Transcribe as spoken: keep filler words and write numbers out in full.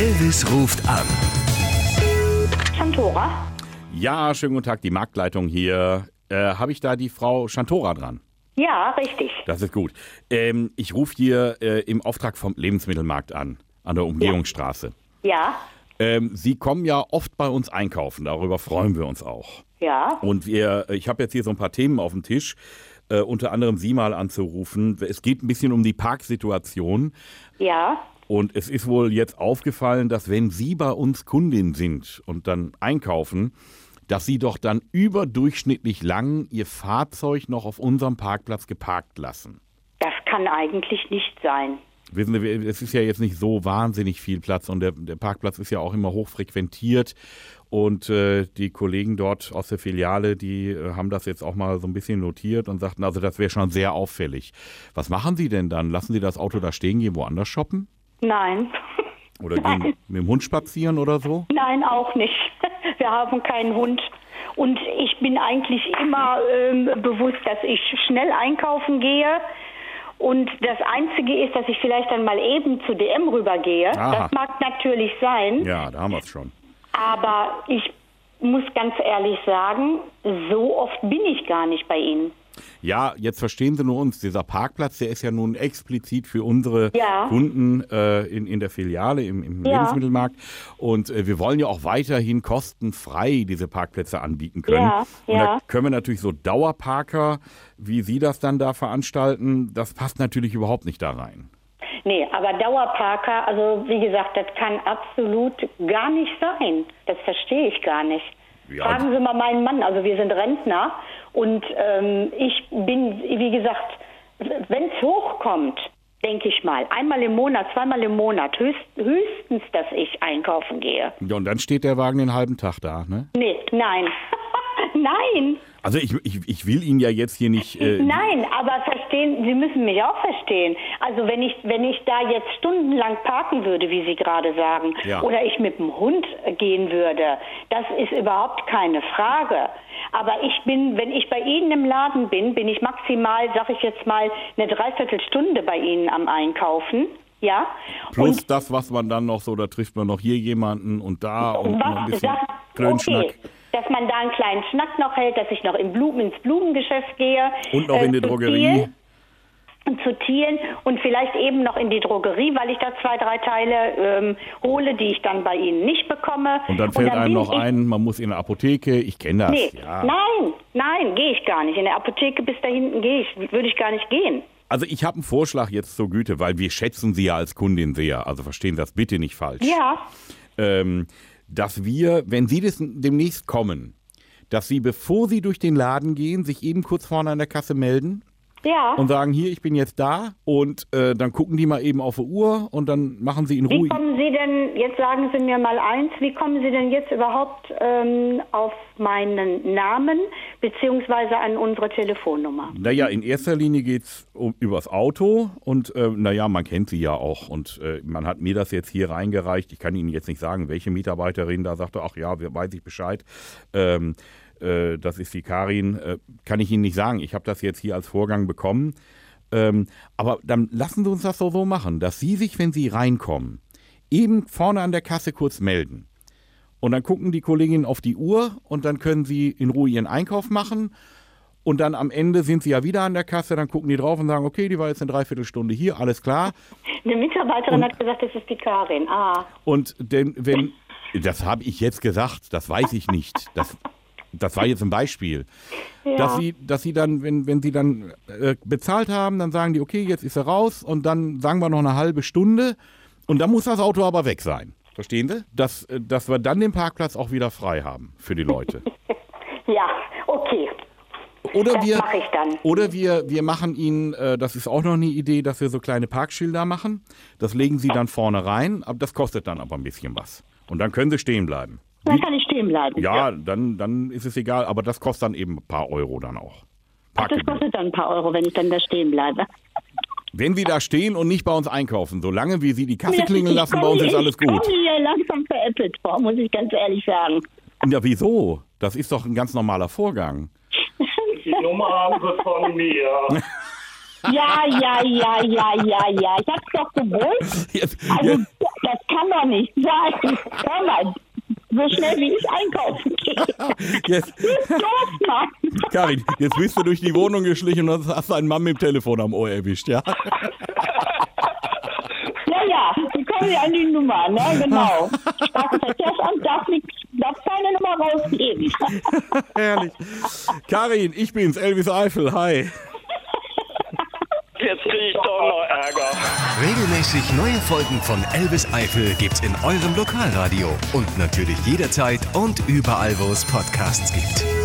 Elvis ruft an. Chantora? Ja, schönen guten Tag, die Marktleitung hier. Äh, Habe ich da die Frau Chantora dran? Ja, richtig. Das ist gut. Ähm, ich rufe hier äh, im Auftrag vom Lebensmittelmarkt an, an der Umgehungsstraße. Ja, Ähm, Sie kommen ja oft bei uns einkaufen, darüber freuen wir uns auch. ja. Und wir, ich habe jetzt hier so ein paar Themen auf dem Tisch, äh, unter anderem Sie mal anzurufen. Es geht ein bisschen um die Parksituation. Ja, Und es ist wohl jetzt aufgefallen, dass wenn Sie bei uns Kundin sind und dann einkaufen, dass Sie doch dann überdurchschnittlich lang Ihr Fahrzeug noch auf unserem Parkplatz geparkt lassen. das kann eigentlich nicht sein. Wissen Sie, es ist ja jetzt nicht so wahnsinnig viel Platz und der, der Parkplatz ist ja auch immer hochfrequentiert. Und äh, die Kollegen dort aus der Filiale, die äh, haben das jetzt auch mal so ein bisschen notiert und sagten, also das wäre schon sehr auffällig. Was machen Sie denn dann? Lassen Sie das Auto da stehen, gehen woanders shoppen? Nein. Oder gehen mit dem Hund spazieren oder so? Nein, auch nicht. Wir haben keinen Hund. Und ich bin eigentlich immer ähm, bewusst, dass ich schnell einkaufen gehe. Und das Einzige ist, dass ich vielleicht dann mal eben zu D M rübergehe. Aha. Das mag natürlich sein. Ja, da haben wir es schon. Aber ich muss ganz ehrlich sagen, so oft bin ich gar nicht bei Ihnen. Ja, jetzt verstehen Sie nur uns. Dieser Parkplatz, der ist ja nun explizit für unsere Ja. Kunden äh, in, in der Filiale, im, im Ja. Lebensmittelmarkt. Und äh, wir wollen ja auch weiterhin kostenfrei diese Parkplätze anbieten können. Ja, Und ja. da können wir natürlich so Dauerparker, wie Sie das dann da veranstalten, das passt natürlich überhaupt nicht da rein. Nee, aber Dauerparker, also wie gesagt, das kann absolut gar nicht sein. Das verstehe ich gar nicht. Ja, Fragen Sie mal meinen Mann, also wir sind Rentner und ähm, ich bin, wie gesagt, wenn es hochkommt, denke ich mal, einmal im Monat, zweimal im Monat, höchst, höchstens, dass ich einkaufen gehe. Ja, und dann steht der Wagen den halben Tag da, ne? Nee, nein, nein. Also ich, ich, ich will Ihnen ja jetzt hier nicht... Äh, Nein, aber verstehen, Sie müssen mich auch verstehen. Also wenn ich, wenn ich da jetzt stundenlang parken würde, wie Sie gerade sagen, Ja. oder ich mit dem Hund gehen würde, das ist überhaupt keine Frage. Aber ich bin, wenn ich bei Ihnen im Laden bin, bin ich maximal, sag ich jetzt mal, eine Dreiviertelstunde bei Ihnen am Einkaufen. Ja. Plus Und das, was man dann noch so, da trifft man noch hier jemanden und da und noch ein was, bisschen das, Klönschnack. okay, dass man da einen kleinen Schnack noch hält, dass ich noch in Blumen, ins Blumengeschäft gehe. Und noch in die zu Drogerie. Thiel Und zu Thielen und vielleicht eben noch in die Drogerie, weil ich da zwei, drei Teile ähm, hole, die ich dann bei Ihnen nicht bekomme. Und dann fällt einem bin noch ich, ein, man muss in der Apotheke, ich kenne das. Nee, Ja. nein, nein, gehe ich gar nicht. In der Apotheke bis da hinten gehe ich, würde ich gar nicht gehen. Also ich habe einen Vorschlag jetzt zur Güte, weil wir schätzen Sie ja als Kundin sehr, also verstehen Sie das bitte nicht falsch. Ja, Ähm, dass wir, wenn Sie das demnächst kommen, dass Sie, bevor Sie durch den Laden gehen, sich eben kurz vorne an der Kasse melden ja. und sagen, hier, ich bin jetzt da und äh, dann gucken die mal eben auf die Uhr und dann machen Sie in Wie Ruhe. kommen Sie denn, jetzt sagen Sie mir mal eins, wie kommen Sie denn jetzt überhaupt ähm, auf meinen Namen beziehungsweise an unsere Telefonnummer? Naja, in erster Linie geht es um, übers Auto und äh, naja, man kennt sie ja auch und äh, man hat mir das jetzt hier reingereicht. Ich kann Ihnen jetzt nicht sagen, welche Mitarbeiterin da sagte, ach ja, weiß ich Bescheid. Ähm, äh, das ist die Karin, äh, kann ich Ihnen nicht sagen. Ich habe das jetzt hier als Vorgang bekommen. Ähm, aber dann lassen Sie uns das doch so machen, dass Sie sich, wenn Sie reinkommen, eben vorne an der Kasse kurz melden. Und dann gucken die Kolleginnen auf die Uhr und dann können sie in Ruhe ihren Einkauf machen. Und dann am Ende sind sie ja wieder an der Kasse, dann gucken die drauf und sagen, okay, die war jetzt eine Dreiviertelstunde hier, alles klar. Eine Mitarbeiterin hat gesagt, das ist die Karin. Ah, Und denn, wenn, das habe ich jetzt gesagt, das weiß ich nicht. Das, das war jetzt ein Beispiel. ja. Dass sie, dass sie dann, wenn, wenn sie dann äh, bezahlt haben, dann sagen die, okay, jetzt ist er raus und dann sagen wir noch eine halbe Stunde und dann muss das Auto aber weg sein. Verstehen Sie? Dass, äh, dass wir dann den Parkplatz auch wieder frei haben für die Leute. Ja, okay. Oder Das wir, mache ich dann. Oder wir, wir machen Ihnen, äh, das ist auch noch eine Idee, dass wir so kleine Parkschilder machen. Das legen Sie dann vorne rein, aber das kostet dann aber ein bisschen was. Und dann können Sie stehen bleiben. Dann kann ich stehen bleiben. Ja, Dann, dann ist es egal, aber das kostet dann eben ein paar Euro dann auch. Ach, das kostet dann ein paar Euro, wenn ich dann da stehen bleibe. Wenn Sie da stehen und nicht bei uns einkaufen, solange wie Sie die Kasse Ja, klingeln ich lassen, komm bei uns hier- ist alles Ich gut. komme hier langsam veräppelt vor, muss ich ganz ehrlich sagen. Ja, wieso? Das ist doch ein ganz normaler Vorgang. Die Nummer haben sie von mir. Ja, ja, ja, ja, ja, ja. Ich hab's doch gewusst. Jetzt, Also, jetzt, das kann doch nicht sein. Hör mal, so schnell wie ich einkaufen gehe. Jetzt, Doof, Mann. Karin, jetzt bist du durch die Wohnung geschlichen und hast einen Mann mit dem Telefon am Ohr erwischt, ja? Ja, ja, die kommen ja an die Nummer, ne, genau. Straßenverkehrsamt darf, nicht, darf keine Nummer rausgeben. Herrlich. Karin, ich bin's, Elvis Eifel, hi. Jetzt kriege ich doch noch Ärger. Regelmäßig neue Folgen von Elvis Eifel gibt's in eurem Lokalradio und natürlich jederzeit und überall, wo es Podcasts gibt.